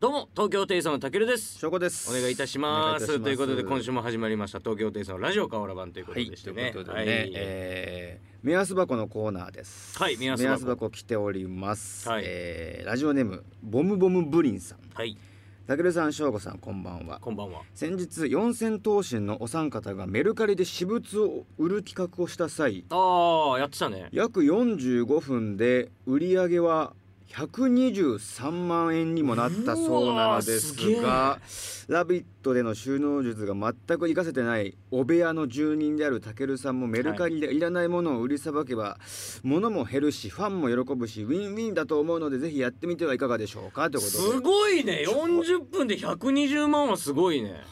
どうも東京テイソンのたけるです。 翔子です。 お願いいたしますということで今週も始まりました東京テイソンラジオ河原版ということでしてね、 目安箱のコーナーです。 はい、目安箱来ております、 はい。 ラジオネームボムボムブリンさん。 はい、 たけるさん、翔子さん、こんばんは。 こんばんは。 先日四千頭身のお三方がメルカリで私物を売る企画をした際、 やってたね。 約45分で売り上げは123万円にもなったそうなのですが、ラビットでの収納術が全く活かせてないお部屋の住人であるたけるさんもメルカリでいらないものを売りさばけば、物も減るしファンも喜ぶしウィンウィンだと思うので、ぜひやってみてはいかがでしょうかということで。 すごいね、40分で120万はすごいね。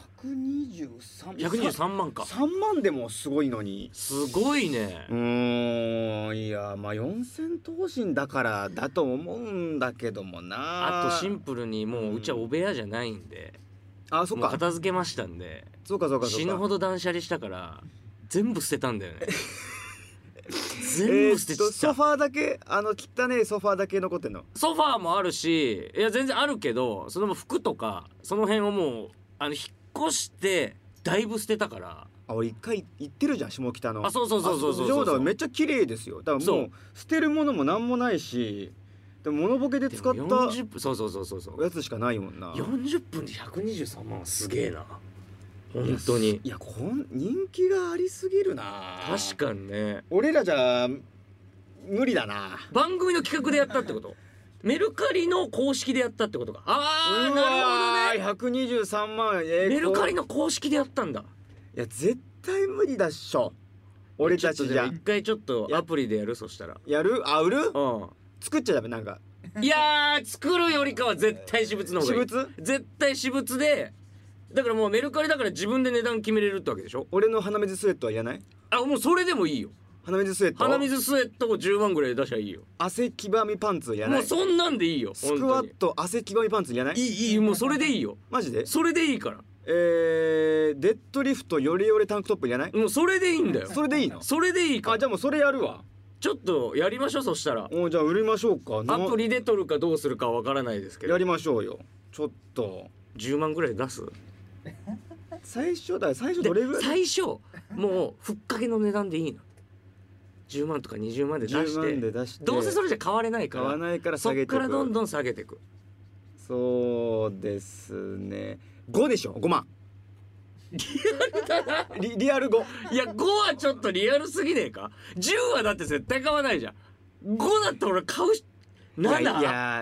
123 万か。 3万でもすごいのに、 すごいね。 いや、まあ四千頭身だからだと思うんだけどもな。 あとシンプルにもううちはお部屋じゃないんで、 そっか、 もう片付けましたんで、 そうか死ぬほど断捨離したから全部捨てたんだよね。全部捨てちゃった。 ソファーだけ、汚ねソファーだけ残ってんの？ ソファーもあるし、いや全然あるけど、その服とかその辺をもう引っ越してだいぶ捨てたから。 俺一回行ってるじゃん、下北の。 そうめっちゃ綺麗ですよ。だからもう捨てるものもなんもないし、でも物ボケで使った 40分、そうやつしかないもんな。 40分で123万はすげえな、本当に。 いや、人気がありすぎるな。 確かにね。 俺らじゃ無理だな。 番組の企画でやったってこと？メルカリの公式でやったってことか。なるほどね。 123万、 メルカリの公式でやったんだ。 いや絶対無理だっしょ、俺たちじゃ。 一回ちょっとアプリでやる。そしたらやる？売る？作っちゃダメ？なんか、 いやー、作るよりかは絶対私物の方がいい。 私物？ 絶対私物で。だからもうメルカリだから自分で値段決めれるってわけでしょ。 俺の鼻水スウェットはいらない？ もうそれでもいいよ。 鼻水スウェット？ 鼻水スウェットを10万ぐらいで出しゃいいよ。 汗黄ばみパンツいらない？ もうそんなんでいいよ。 スクワット汗黄ばみパンツいらない？ いい、もうそれでいいよ。 マジで？ それでいいから。 デッドリフトヨレヨレタンクトップいらない？ もうそれでいいんだよ。 それでいいの？ それでいいか。 じゃあもうそれやるわ。 ちょっとやりましょう。そしたらじゃあ売りましょうか。 アプリで撮るかどうするかはわからないですけど、 やりましょうよ。ちょっと 10万ぐらい出す。 最初どれぐらい？ 最初もうふっかけの値段でいいの。10万とか20万で出してどうせそれじゃ買われないから、 買わないから下げていく。 そっからどんどん下げていく。 そうですね。5でしょ。5万。 リアルだな。 リアル5。 いや、5はちょっとリアルすぎねえか。10はだって絶対買わないじゃん。5だって俺買うし。7？ いや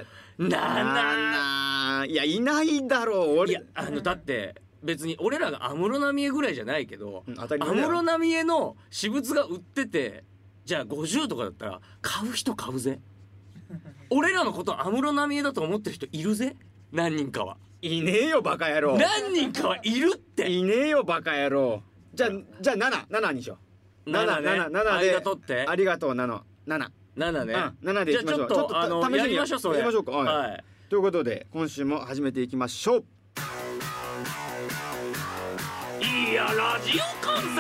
7。いや、いないだろう俺。 いや、だって別に俺らが安室奈美恵ぐらいじゃないけど、安室前だよ。 奈美恵の私物が売ってて、じゃあ50とかだったら買う人買うぜ。俺らのこと安室奈美恵だと思ってる人いるぜ。何人かは。 いねえよバカ野郎。 何人かはいるって。 いねえよバカ野郎。じゃあ7にしよう。7で間取って。 ありがとう。7 ね。 7でいきましょう。 じゃあちょっとやりましょう。それやりましょうか。 はい。 ということで今週も始めていきましょう。 いや、ラジオ関西。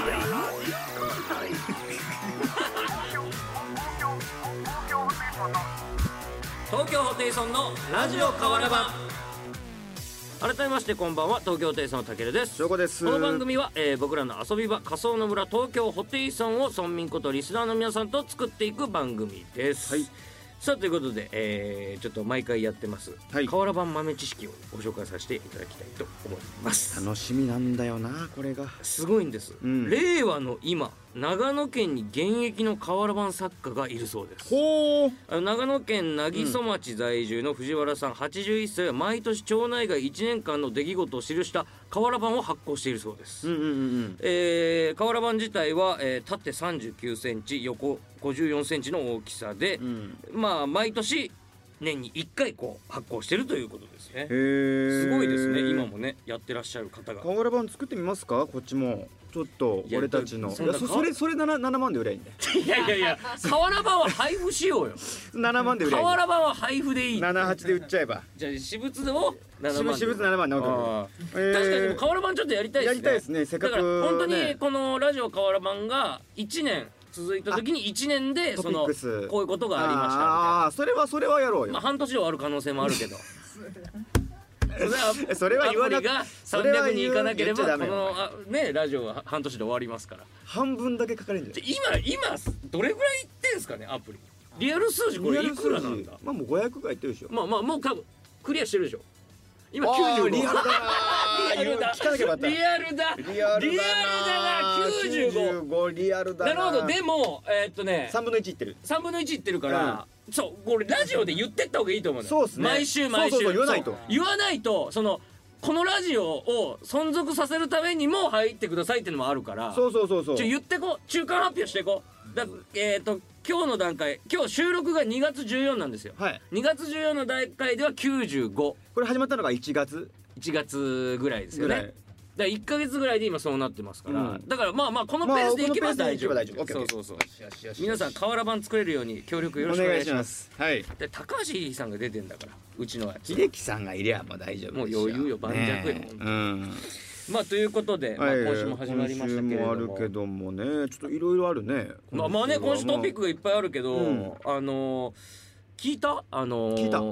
東京ホテイソンのラジオ河原版。改めましてこんばんは、東京ホテイソンのたけるです。 翔子です。 この番組は、僕らの遊び場仮想の村東京ホテイソンを村民ことリスナーの皆さんと作っていく番組です。はい。さあということで、ちょっと毎回やってます、河原版豆知識をご紹介させていただきたいと思います。 楽しみなんだよな、これがすごいんです、令和の今長野県に現役の瓦版作家がいるそうです。 ほー。 長野県南木曽町在住の藤原さん81歳は毎年町内外1年間の出来事を記した瓦版を発行しているそうです。瓦版自体は、縦39センチ横54センチの大きさで、まあ毎年年に1回こう発行してるということですね。すごいですね。今もねやってらっしゃる方が。 瓦版作ってみますか？こっちもちょっと俺たちの。それ7万で売ればいいんだよ。 いや瓦版は配布しようよ。 7万で売ればいい。 瓦版は配布でいい。 78で売っちゃえば。 じゃあ私物を7万。 私物7万で。 確かにでも瓦版ちょっとやりたいですね。 やりたいですね。せっかく。 だから本当にこのラジオ瓦版が1年続いた時に1年でそのこういうことがありましたみたいな。 それはやろうよ。 まあ半年はある可能性もあるけどそれは言わなくアプリが300人いかなければこ言っちゃダメよのねラジオは半年で終わりますから。 半分だけ書かれるんじゃ今どれぐらいいってんすかねアプリ。リアル数字これいくらなんだ。 まあもう500がいってるでしょ。 まあもう多分クリアしてるでしょ。今95。 リアルだなリアルだ。 聞かなきゃよかった。 リアルだ。リアルだな95。 リアルだな。 なるほど。でも 3分の1いってる。 3分の1いってるから、そうこれラジオで言ってった方がいいと思うのよ。 そうっすね。 毎週そう言わないと。 言わないとこのラジオを存続させるためにも入ってくださいっていうのもあるから。 そう言ってこ中間発表してこだ今日の段階今日収録が2月14なんですよ。 はい。 2月14の段階では95。 これ始まったのが1月ぐらいですよね。だから1ヶ月ぐらいで今そうなってますから、だからまあこのペースでいけば大丈夫。そう皆さん瓦版作れるように協力よろしくお願いします。 はい。 で高橋秀樹さんが出てんだからうちのやつ秀樹さんがいりゃもう大丈夫。 もう余裕よ盤石よ。まあということで今週も始まりましたけれども、 今週もあるけどもね、ちょっといろいろあるね。 まあね今週トピックがいっぱいあるけど、聞いた聞いた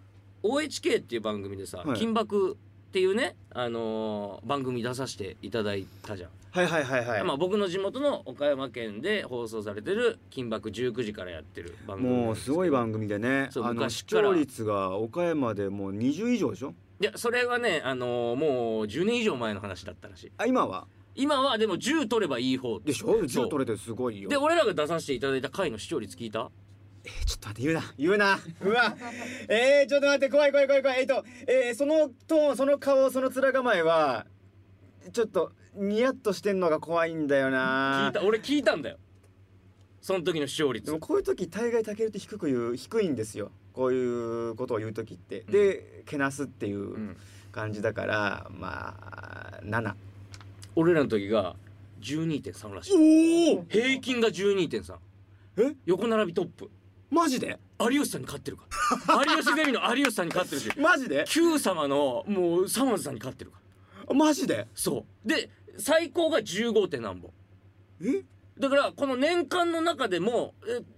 OHK っていう番組でさ、金箔っていうね番組出させていただいたじゃん。まあ僕の地元の岡山県で放送されてる金箔19時からやってる番組。 もうすごい番組でね、視聴率が岡山でもう20以上でしょ。 いやそれはねもう10年以上前の話だったらしい。 今はでも10取ればいい方でしょ。10取れてすごいよ。 で俺らが出させていただいた回の視聴率聞いた？ ちょっと待って言うなうわちょっと待って怖いそのトーンその顔その面構えはちょっとニヤッとしてんのが怖いんだよな。 俺聞いたんだよその時の視聴率。 でもこういう時大概たけるって低いんですよ、こういうことを言う時って。でけなすっていう感じだから、まあ7。 俺らの時が 12.3 らしい。平均が 12.3。横並びトップ。 マジで有吉さんに勝ってるから有吉ゼミの有吉さんに勝ってるしマジで Q 様のもうさまさんに勝ってるからマジで。 そうで最高が 15. 点何本。だからこの年間の中でも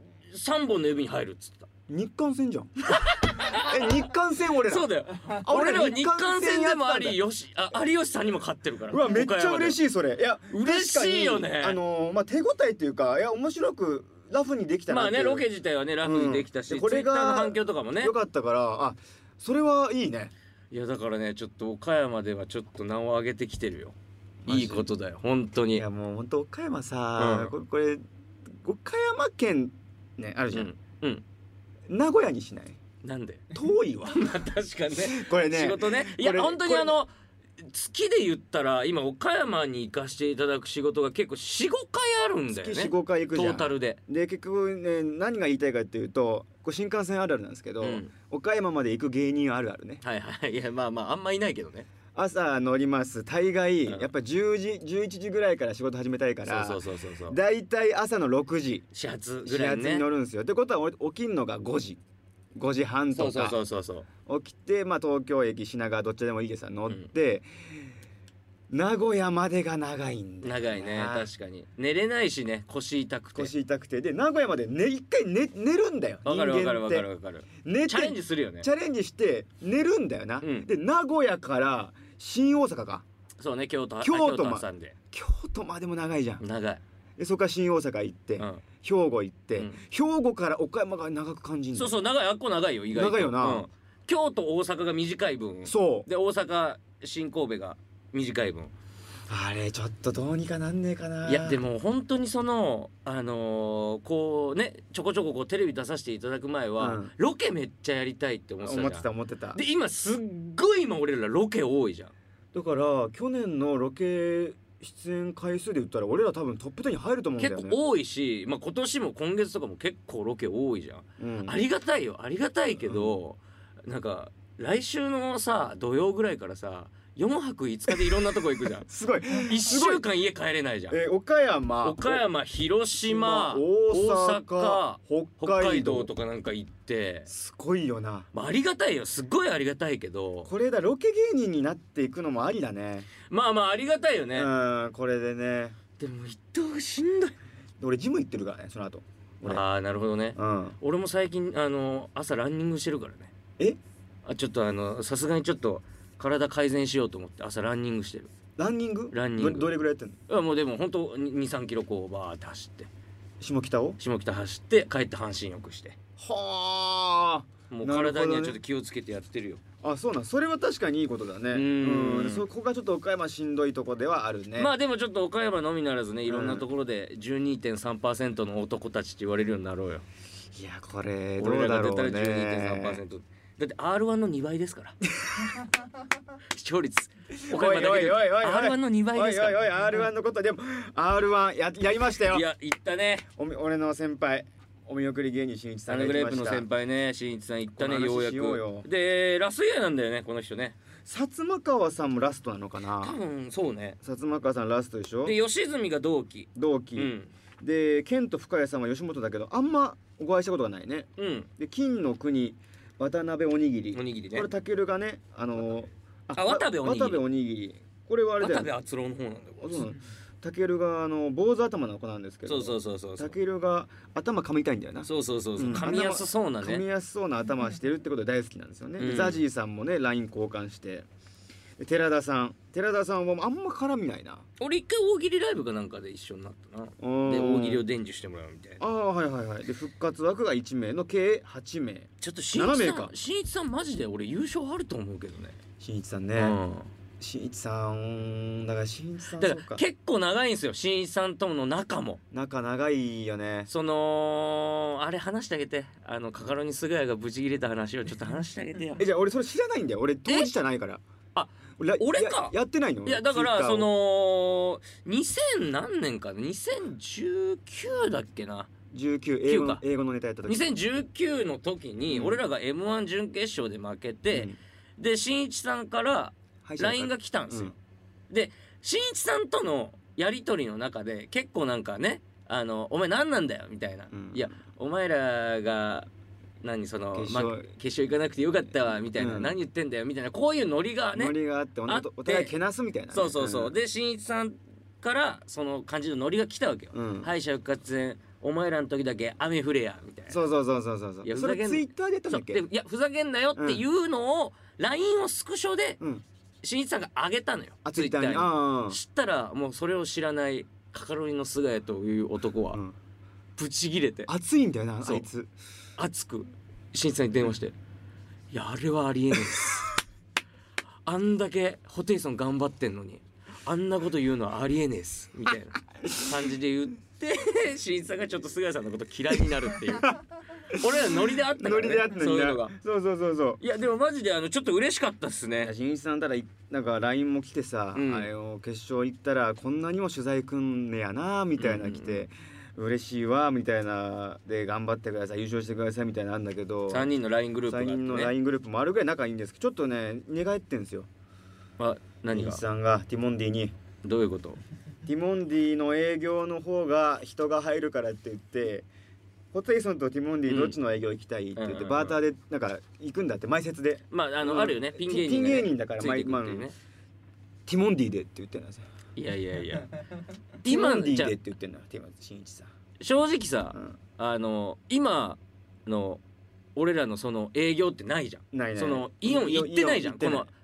3本の指に入るっつってた。 日韓戦じゃん日韓戦俺ら。 そうだよ俺らは日韓戦でもあり有吉さんにも勝ってるから。 うわめっちゃ嬉しいそれ。いや嬉しいよね。 まあ手応えっていうか、いや面白くラフにできたなっていう。 まあねロケ自体はねラフにできたし、 これが Twitter の反響とかもねよかったから、それはいいね。 いやだからねちょっと岡山ではちょっと名を上げてきてるよ。いいことだよ本当に。 いやもう本当岡山さ、これ岡山県ねあるじゃん。名古屋にしない？ なんで？ 遠いわ。 確かにね。 これね仕事ね。いや本当に月で言ったら今岡山に行かしていただく仕事が結構 4,5 回あるんだよね。 月 4,5 回行くじゃん。 トータルで。 で結局ね何が言いたいかっていうと、これ新幹線あるあるなんですけど、岡山まで行く芸人あるあるね。 いやまああんまいないけどね。 朝乗ります。大概やっぱ10時11時ぐらいから仕事始めたいから、だいたい朝の6時始発ぐらいねに乗るんですよ。ってことは俺起きんのが5時半とか起きて、まあ東京駅品川どっちでもいいです乗って、名古屋までが長いんだよ。 長いね確かに。寝れないしね腰痛くてで名古屋まで一回寝るんだよ。 わかる寝てチャレンジするよね。 チャレンジして寝るんだよな。で名古屋から新大阪か。 そうね京都までも長いじゃん。 長い。 でそこから新大阪行って、兵庫行って、兵庫から岡山が長く感じるんだよ。 そう長い。あっこ長いよ意外と。 長いよな。 京都大阪が短い分そうで大阪新神戸が短い分あれちょっとどうにかなんねえかな。 いやでも本当にこうねちょこちょこテレビ出させていただく前は、ロケめっちゃやりたいって思ってたじゃん。 思ってた。 で今すっごい俺らロケ多いじゃん。 だから去年のロケ出演回数で言ったら俺ら多分トップ10に入ると思うんだよね。 結構多いし、今年も今月とかも結構ロケ多いじゃん、ありがたいよありがたいけど、なんか来週のさ土曜ぐらいからさ4泊5日でいろんなとこ行くじゃんすごい 1週間家帰れないじゃん。 岡山広島大阪北海道とかなんか行ってすごいよな。 ありがたいよすっごいありがたいけど、 これだロケ芸人になっていくのもありだね。 まあありがたいよね。 これでね。 でも一等しんどい。 俺ジム行ってるからねその後。 なるほどね。俺も最近朝ランニングしてるからね。ちょっとさすがにちょっと体改善しようと思って朝ランニングしてる。 ランニングどれぐらいやってんの？ いやもうでも本当2、3キロこうバーって走って下北走って帰って半身浴して、 はあ、 もう体にはちょっと気をつけてやってるよ。 あ、そうなん、それは確かにいいことだね。そこがちょっと岡山しんどいとこではあるね。 まあでもちょっと岡山のみならずね、いろんなところで 12.3% の男たちって言われるようになろうよ。 いやこれどうだろうね。 俺らが出たら 12.3%。だって R1 の2倍ですから視聴率岡山だけで R1 の2倍ですから。 おい R1 のことでも R1 やりましたよ。 いや行ったね。 俺の先輩お見送り芸人しんいちさんがグレ行きました。 ープの先輩ね、しんいちさん行ったね。ようやくでラスイヤーなんだよねこの人ね。 薩摩川さんもラストなのかな。 多分そうね。 薩摩川さんラストでしょ。 で吉住が同期、 でケント深谷さんは吉本だけどあんまお会いしたことがないね。で金の国渡辺おにぎりね。これたけるがね渡部おにぎりこれはあれだよ。 渡部篤郎の方なんだよ。 たけるが坊主頭の子なんですけど、たけるが頭噛みたいんだよな。噛みやすそうなね、噛みやすそうな頭してるってことで大好きなんですよね。ザジーさんもね LINE 交換して、寺田さんはあんま絡みないな。 俺一回大喜利ライブかなんかで一緒になったな。で大喜利を伝授してもらうみたいな。 はい。で復活枠が1名の計8名。 ちょっとしんいちさんマジで俺優勝あると思うけどね。 しんいちさんね、しんいちさんだからしんいちさんだから結構長いんですよ。しんいちさんとの仲長いよね。 あれ話してあげて、カカロニ菅谷がブチ切れた話をちょっと話してあげてよ。 じゃあ俺それ知らないんだよ。俺当事者ないから。 俺かやってないの？ いやだから2000何年か2019だっけな。 19英語のネタやった時 2019の時に俺らが M1 準決勝で負けて、でしんいちさんから LINE が来たんですよ。でしんいちさんとのやり取りの中で結構なんかねお前何なんだよみたいな、いやお前らが決勝行かなくてよかったわみたいな、何言ってんだよみたいな、こういうノリがあってお互いけなすみたいな、 そうでしんいちさんからその感じのノリが来たわけよ。敗者復活戦お前らの時だけ雨降れやみたいな。 そういやそれツイッターでやったんだっけ。 いやふざけんなよっていうのを LINE をスクショでしんいちさんが上げたのよ、 ツイッターに。 知ったらもうそれを知らないカカロニの菅谷という男はブチギレて、 熱いんだよなあいつ。 熱くしんいちさんに電話して「いやあれはありえないです」あんだけホテイソン頑張ってんのにあんなこと言うのはありえねえっすみたいな感じで言ってしんいちさんがちょっと菅谷さんのこと嫌いになるっていう俺らノリであったからね、そういうのが。そういやでもマジでちょっと嬉しかったっすね。 しんいちさんたらなんか LINE も来てさ、あれを決勝行ったらこんなにも取材くんねやなみたいな来て、嬉しいわみたいなで頑張ってください優勝してくださいみたいなあんだけど、 3人の LINE グループがあってね。3人の LINE グループもあるぐらい仲いいんですけど、ちょっとね寝返ってんですよ。 何が？ しんいちさんがティモンディに。 どういうこと？ ティモンディの営業の方が人が入るからって言ってホテイソンとティモンディどっちの営業行きたいって言って、バーターでなんか行くんだって、前説で。 あるよね、ピン芸人だからティモンディでって言ってんだ。 いやティモンディでって言ってんだしんいちさん。 正直さ、今の俺らのその営業ってないじゃん。そのイオン行ってないじゃん。この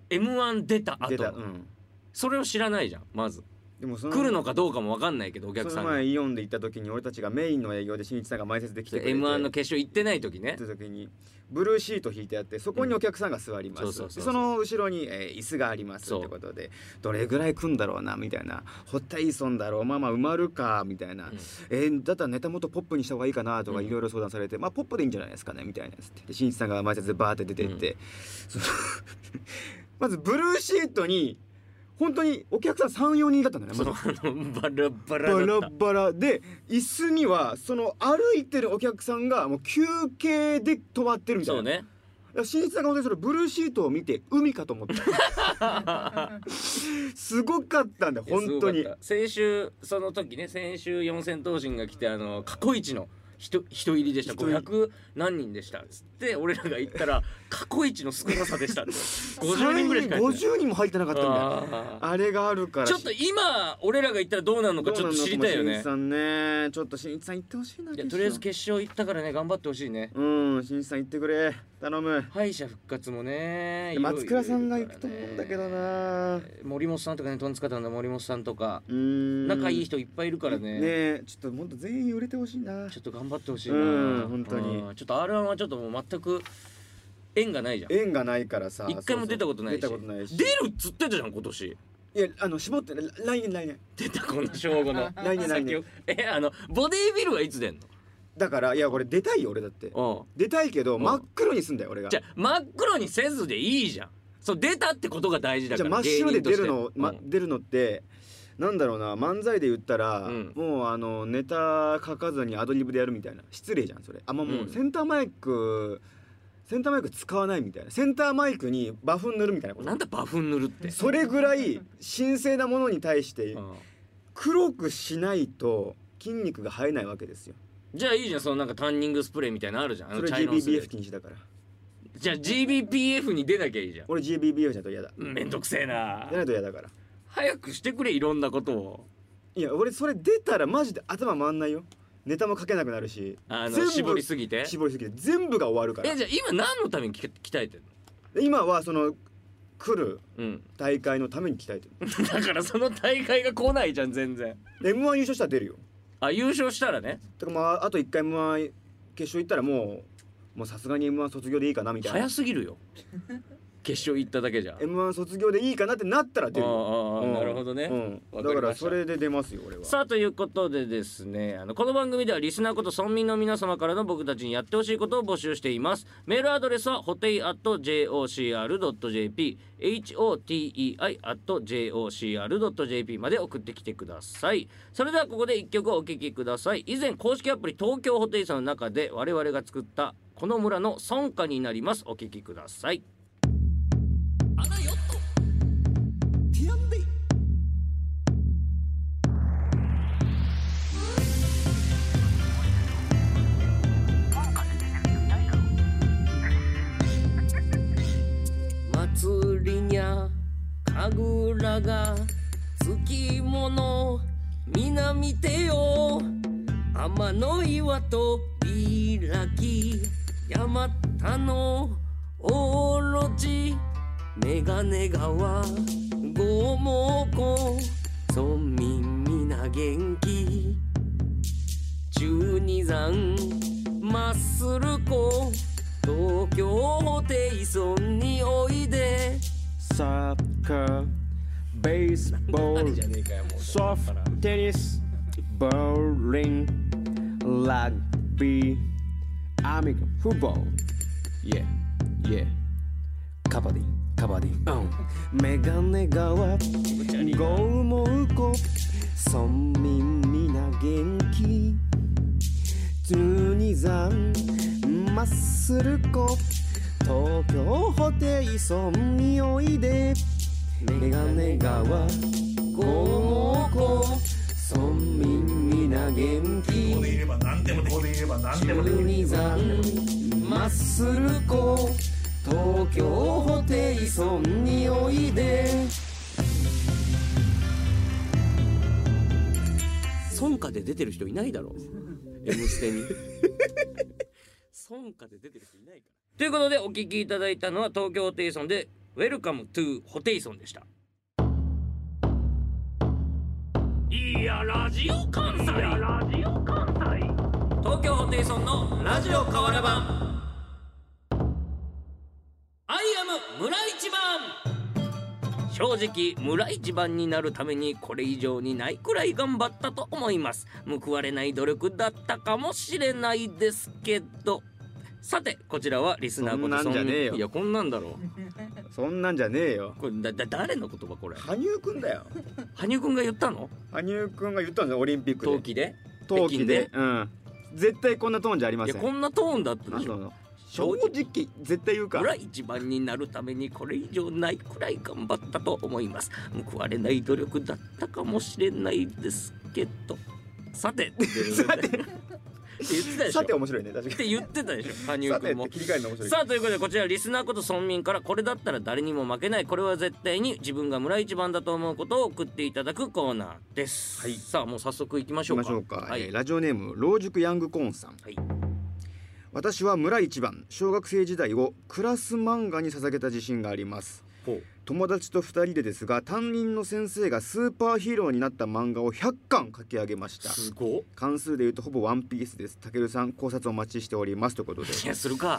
M1 出た後それを知らないじゃんまず。でも来るのかどうかも分かんないけど、お客さんが。その前イオンで行った時に俺たちがメインの営業でしんいちさんが前説で来てくれて M1 の決勝行ってない時ね。 行った時にブルーシート引いてあって、そこにお客さんが座ります。その後ろに椅子がありますってことで、どれぐらい来んだろうなみたいな、ホテイソンだろう、まあ埋まるかみたいな、だったらネタもっとポップにした方がいいかなとかいろいろ相談されて、まあポップでいいんじゃないですかねみたいなやつで、しんいちさんが前説でバーって出てって、まずブルーシートに本当にお客さん 3,4 人だったんだね。 バラバラで、椅子にはその歩いてるお客さんがもう休憩で止まってるみたいな。そうね。しんいちさんが本当にそのブルーシートを見て海かと思ったすごかったんだ本当に。 先週その時ね、先週四千頭身が来て過去一の人入りでした、500何人でしたっつって俺らが言ったら過去一の少なさでしたって50人ぐらいしか入ってない。 50人も入ってなかったんだよ。あれがあるから。 ちょっと今俺らが言ったらどうなるのかちょっと知りたいよね。 しんいちさんね、ちょっとしんいちさん行ってほしいな。 とりあえず決勝行ったからね、頑張ってほしいね。 しんいちさん行ってくれ。 頼む。 敗者復活もね、 松倉さんが行くと思うんだけどな。 森本さんとかね、トンツカタンの森本さんとか仲いい人いっぱいいるからね。 ね、ちょっともっと全員売れてほしいな。 ちょっと頑張ってほしいな。 本当に。 ちょっと R1 はちょっともう全く縁がないじゃん。 縁がないからさ。 一回も出たことないし。出るっつってたじゃん今年。 いや、絞って来年出た、この正午の来年ボディービルはいつ出んの？ だから、いや、これ出たいよ俺だって。出たいけど真っ黒にすんだよ俺が。 じゃあ真っ黒にせずでいいじゃん。そう出たってことが大事だから。 じゃあ真っ白で出るのってなんだろうな、漫才で言ったら、もうネタ書かずにアドリブでやるみたいな、失礼じゃんそれ。もうセンターマイク使わないみたいな、センターマイクにバフン塗るみたいなこと。 なんだバフン塗るって。 それぐらい神聖なものに対して黒くしないと筋肉が生えないわけですよ。 じゃあいいじゃん、そのなんかタンニングスプレーみたいなのあるじゃん。 それ GBBF 禁止だから。 じゃあ GBPF に出なきゃいいじゃん。 俺 GBBF じゃと嫌だ。 めんどくせえな。 出ないと嫌だから。 早くしてくれ、いろんなことを。 いや、俺それ出たらマジで頭回んないよ。ネタも書けなくなるし、 絞りすぎて全部が終わるから。 じゃあ今何のために鍛えてんの？今はその来る大会のために鍛えてる。 だからその大会が来ないじゃん全然。 M1 優勝したら出るよ。 優勝したらね。 だからあと1回 M1 決勝行ったらもうさすがに M1 卒業でいいかなみたいな。 早すぎるよ。決勝行っただけじゃん。 M1 卒業でいいかなってなったら出る。 なるほどね、 だからそれで出ますよ俺は。 さあということでですね、この番組ではリスナーこと村民の皆様からの僕たちにやってほしいことを募集しています。メールアドレスはhotei@jocr.jp hotei@jocr.jp まで送ってきてください。それではここで1曲お聴きください。以前公式アプリ東京ホテイソンの中で我々が作ったこの村の村歌になります。お聴きください。祭りにゃ神楽がつきもの皆見てよ、天の岩と開き山田のオロチメガネ川五毛湖村民皆元気中二山マッスル湖東京ホテイソンにおいで。 サッカーベースボールソフトテニスボーリングラグビーアメリカンフットボールカバディメガネ川ゴーモウ湖村民皆元気中二山マッスル湖東京ホテイソンにおいで。メガネ川ゴーモウ湖村民皆元気中二山マッスル湖東京ホテイソンにおいで。 村歌で出てる人いないだろうM ステに村歌で出てる人いないから。ということでお聞きいただいたのは東京ホテイソンで Welcome to ホテイソンでした。いやラジオ関西東京ホテイソンのラジオ河原版アイアム村一番。正直村一番になるためにこれ以上にないくらい頑張ったと思います。報われない努力だったかもしれないですけど。さてこちらはリスナーことそんなんじゃねえよ。 いやこんなんだろうそんなんじゃねえよ。 これ誰の言葉これ。 羽生くんだよ。 羽生くんが言ったの？ 羽生くんが言ったんですよオリンピックで。 冬季で絶対こんなトーンじゃありません。 いやこんなトーンだったでしょ。 正直絶対言うか。 村一番になるためにこれ以上ないくらい頑張ったと思います。報われない努力だったかもしれないですけど。さて言ってたでしょ。 さて面白いね確かに。 って言ってたでしょ羽生くんも。 さてって切り替えるの面白い。 さあということでこちらリスナーこと村民からこれだったら誰にも負けない、これは絶対に自分が村一番だと思うことを送っていただくコーナーです。はい、さあもう早速いきましょうか。 はい、ラジオネーム老熟ヤングコーンさん。はい、 私は村一番小学生時代をクラス漫画に捧げた自信があります。友達と2人でですが、担任の先生がスーパーヒーローになった漫画を100巻書き上げました。 すごっ。 関数でいうとほぼワンピースです。たけるさん考察お待ちしておりますということで。 いやするか。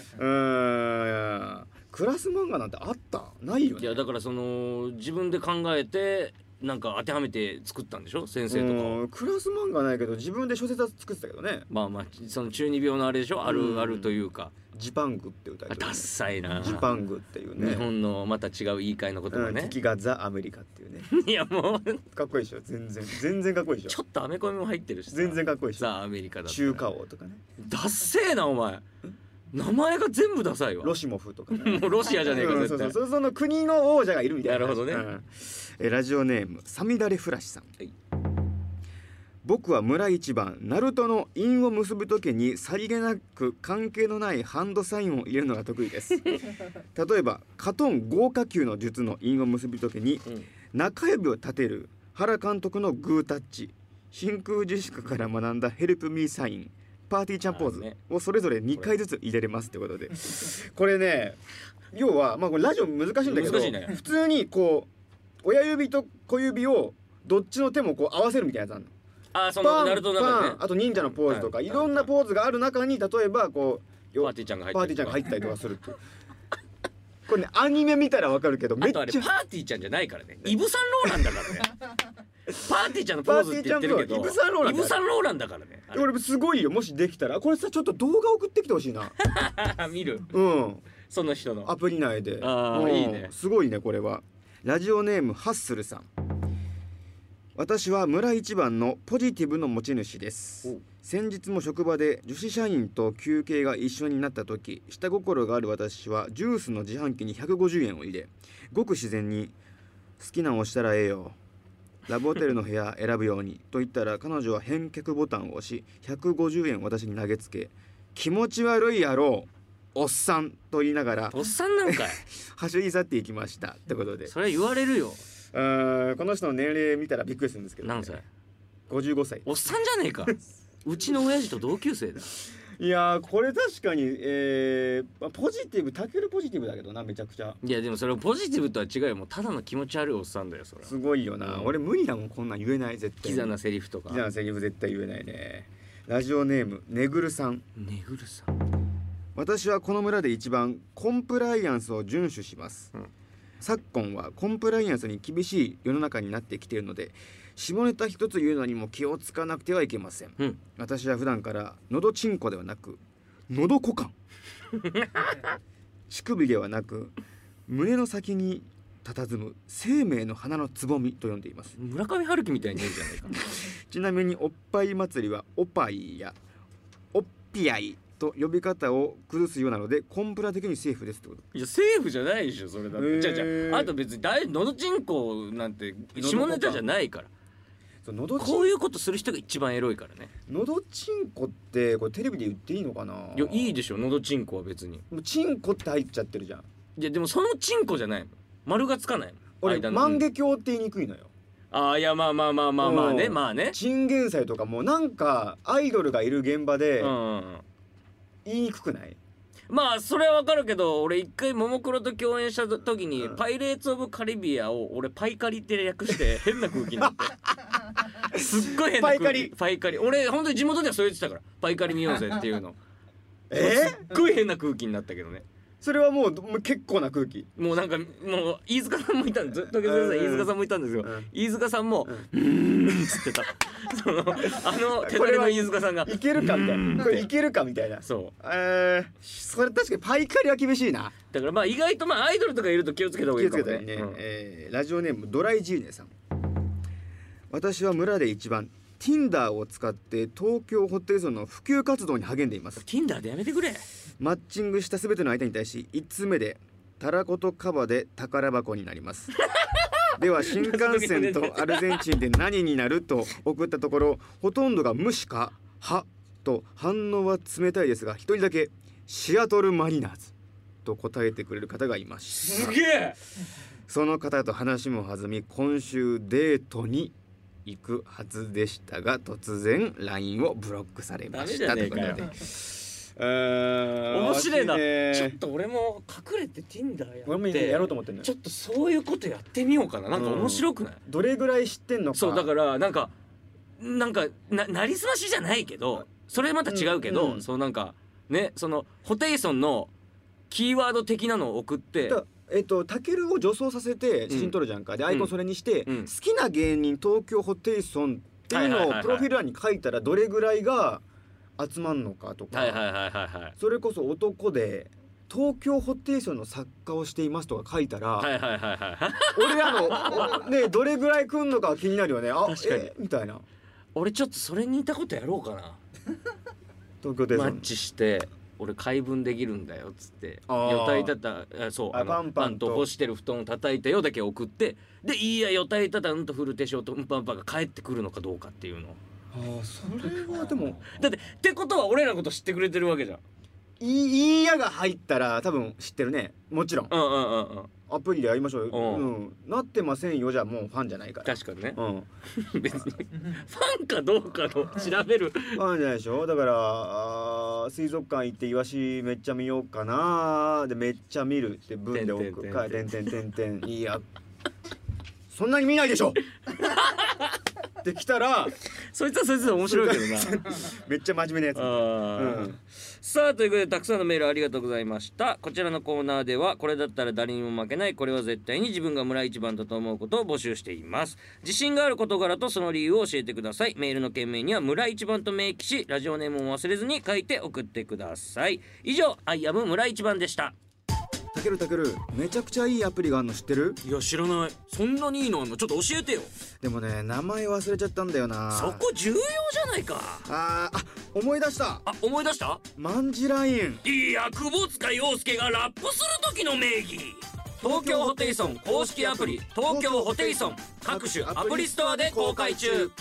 クラス漫画なんてあった？ないよね。 いやだからその自分で考えてなんか当てはめて作ったんでしょ、先生とかを。 クラス漫画ないけど自分で小説は作ってたけどね。 まあその中二病のあれでしょ、あるあるというか。 ジパングって歌い、 ダッサいな。 ジパングっていうね、 日本のまた違う言い換えの言葉ね。 敵がザ・アメリカっていうね。 いやもうかっこいいでしょ。全然かっこいいでしょ。 ちょっとアメコミも入ってるし全然かっこいいでしょ。 ザ・アメリカだったら中華王とかね。 ダッセーなお前。名前が全部ダサいわ。 ロシモフとかね。 もうロシアじゃねえか絶対。 その国の王者がいるみたいな。 なるほどね。 ラジオネームサミダレフラシさん、 はい、 僕は村一番ナルトの印を結ぶ時にさりげなく関係のないハンドサインを入れるのが得意です例えばカトン豪華級の術の印を結ぶ時に、中指を立てる原監督のグータッチ、真空ジェシカから学んだヘルプミーサイン、パーティーちゃんポーズをそれぞれ2回ずつ入れれますってことで、これね、要はまあこれラジオ難しいんだけど、 ね、 普通にこう親指と小指をどっちの手もこう合わせるみたいなやつあるの。 そのナルトの中でね、 あと忍者のポーズとか、いろんなポーズがある中に、例えばこうパーティーちゃんが入ったりとかするってこれね、アニメ見たらわかるけど、めっちゃあとあれパーティーちゃんじゃないからね、イブ・サンローランだからねパーティーちゃんのポーズって言ってるけどイブ・サンローランだからね。 俺すごいよ、もしできたらこれさ、ちょっと動画送ってきてほしいな見る、その人のアプリ内で。 いいね、 すごいねこれは。ラジオネームハッスルさん、私は村一番のポジティブの持ち主です。先日も職場で女子社員と休憩が一緒になった時、下心がある私はジュースの自販機に150円を入れ、ごく自然に好きなの押したらええよ、ラブホテルの部屋選ぶようにと言ったら、彼女は返却ボタンを押し150円を私に投げつけ、気持ち悪いやろうおっさんと言いながらおっさんなんかい走り去っていきましたってことで、 それは言われるよ。 この人の年齢見たらびっくりするんですけど、ね、 何歳 ？55歳。 おっさんじゃねえかうちの親父と同級生だいやーこれ確かに、ポジティブ、タケルポジティブだけどな、めちゃくちゃ。 いやでもそれポジティブとは違うよ、もうただの気持ち悪いおっさんだよそれ。 すごいよな、俺無理だもん、こんなん言えない絶対。 キザなセリフとか。 キザなセリフ絶対言えないね。ラジオネームねぐるさん、私はこの村で一番コンプライアンスを遵守します、昨今はコンプライアンスに厳しい世の中になってきているので、下ネタ一つ言うのにも気をつかなくてはいけません、私は普段から喉チンコではなく喉股間乳首ではなく胸の先に佇む生命の花のつぼみと呼んでいます。 村上春樹みたいに言うじゃないかちなみにおっぱい祭りはおっぱいやおっぴあいと呼び方を崩すようなので、コンプラ的にセーフですってこと。 いやセーフじゃないでしょそれだって。じゃあと別にのどちんこなんて下ネタじゃないから。こういうことする人が一番エロいからね。 のどちんこってこれテレビで言っていいのかな。 いやいいでしょ、のどちんこは別に。 チンコって入っちゃってるじゃん。 いやでもそのチンコじゃないの、丸がつかないの。 俺万華鏡って言いにくいのよ。 いやまあねまあね。 チンゲン菜とかもなんかアイドルがいる現場で言いにくくない？ まあそれはわかるけど、俺一回ももクロと共演した時に、パイレーツ・オブ・カリビアを俺パイカリって略して変な空気になってすっごい変な空気。パイカリ俺本当に地元ではそう言ってたから、パイカリ見ようぜっていうのすっごい変な空気になったけどね。 それはもう結構な空気。 もうなんかもう飯塚さんもいたんです、時々飯塚さんもいたんですよ、飯塚さんもつってたその手取りの飯塚さんがいけるかみたいな、これいけるかみたいな。 そうそれ確かにパイカリは厳しいな。 だからまあ意外とアイドルとかいると気をつけた方がいいかもね。 ラジオネームドライジーネさん、私は村で一番 Tinder を使って東京ホテイソンの普及活動に励んでいます。 Tinder でやめてくれ。 マッチングした全ての相手に対し1通目でたらことカバで宝箱になりますでは新幹線とアルゼンチンで何になると送ったところ、ほとんどが無視かはと反応は冷たいですが、一人だけシアトルマリナーズと答えてくれる方がいました。 すげえ。 その方と話も弾み、今週デートに行くはずでしたが、突然 LINE をブロックされましたということで、 面白いな。 ねちょっと俺も隠れて Tinder や俺もってやろうと思ってんのよ。 ちょっとそういうことやってみようかな。なんか面白くない？ どれぐらい知ってんのか。 そうだからなんかなりすましじゃないけどそれまた違うけど、そのなんかねそのホテイソンのキーワード的なのを送ってタケルを女装させて写真撮るじゃんか、でアイコンそれにして、好きな芸人東京ホテイソンっていうのをプロフィール欄に書いたらどれぐらいが集まんのかとか、それこそ男で東京ホテイソンの作家をしていますとか書いたら、俺らのねどれぐらい来んのか気になるよね。 確かにみたいな。 俺ちょっとそれに似たことやろうかな。 東京ホテイソンマッチして俺解文できるんだよっつってよたいたたそうパンと干してる布団を叩いたよだけ送って、でいいやよたいたたんとフルテショーとうんぱんぱが帰ってくるのかどうかっていうの。 それはでもだってことは俺らのこと知ってくれてるわけじゃん。 いいやが入ったら多分知ってるね。もちろんアプリでやりましょうよ。なってませんよじゃもうファンじゃないから。 確かにね。別にファンかどうかの調べるファンじゃないでしょ。だから水族館行ってイワシめっちゃ見ようかなでめっちゃ見るって文で送るかてんてんてんてんいやそんなに見ないでしょってきたらそいつはそいつで面白いけどなめっちゃ真面目なやつ。 さあということでたくさんのメールありがとうございました。こちらのコーナーではこれだったら誰にも負けない、これは絶対に自分が村一番だと思うことを募集しています。自信がある事柄とその理由を教えてください。メールの件名には村一番と明記しラジオネームも忘れずに書いて送ってください。以上アイアム村一番でした。 たけるめちゃくちゃいいアプリがあるの知ってる？ いや知らない。そんなにいいのあんの？ちょっと教えてよ。 でもね名前忘れちゃったんだよな。 そこ重要じゃないか。 思い出した。 思い出した？ マンジライン。 いや窪塚洋介がラップする時の名義。東京ホテイソン公式アプリ東京ホテイソン各種アプリストアで公開中。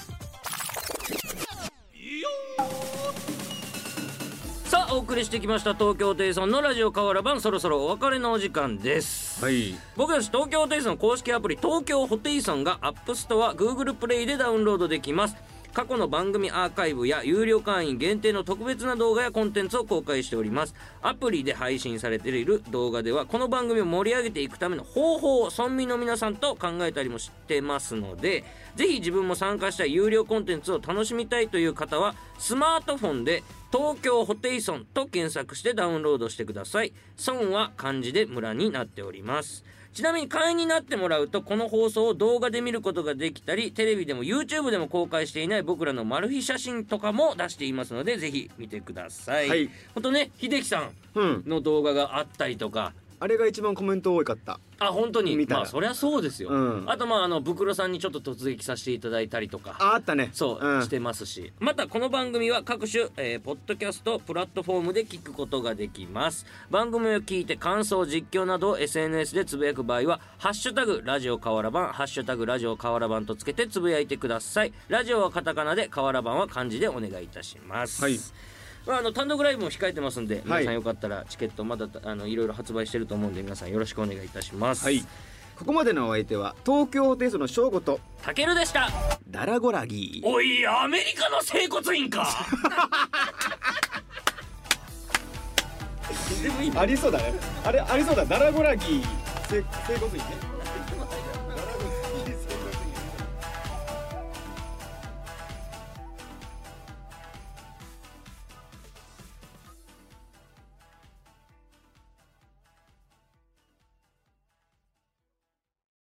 さあお送りしてきました東京ホテイソンのラジオ河原版、そろそろお別れのお時間です。僕たち東京ホテイソン公式アプリ東京ホテイソンがアップストア Google プレイでダウンロードできます。過去の番組アーカイブや有料会員限定の特別な動画やコンテンツを公開しております。アプリで配信されている動画ではこの番組を盛り上げていくための方法を村民の皆さんと考えたりもしてますので、ぜひ自分も参加した有料コンテンツを楽しみたいという方はスマートフォンで東京ホテイソンと検索してダウンロードしてください。村は漢字で村になっております。ちなみに会員になってもらうとこの放送を動画で見ることができたり、テレビでも YouTube でも公開していない僕らのマル秘写真とかも出していますのでぜひ見てください。ほんとね秀樹さんの動画があったりとか、 あれが一番コメント多かった。 本当に見たらそりゃそうですよ。あとブクロさんにちょっと突撃させていただいたりとかあったね。 してますし、またこの番組は各種、ポッドキャストプラットフォームで聞くことができます。番組を聞いて感想実況などを SNS でつぶやく場合はハッシュタグラジオ河原版ハッシュタグラジオ河原版とつけてつぶやいてください。ラジオはカタカナで河原版は漢字でお願いいたします。単独ライブも控えてますんで、皆さんよかったらチケットまだいろいろ発売してると思うんで皆さんよろしくお願いいたします。 ここまでのお相手は東京ホテイソンの翔吾とたけるでした。 ダラゴラギー。 おいアメリカの整骨院かありそうだね。ありそうだ。ダラゴラギー整骨院ね。ダラゴラギー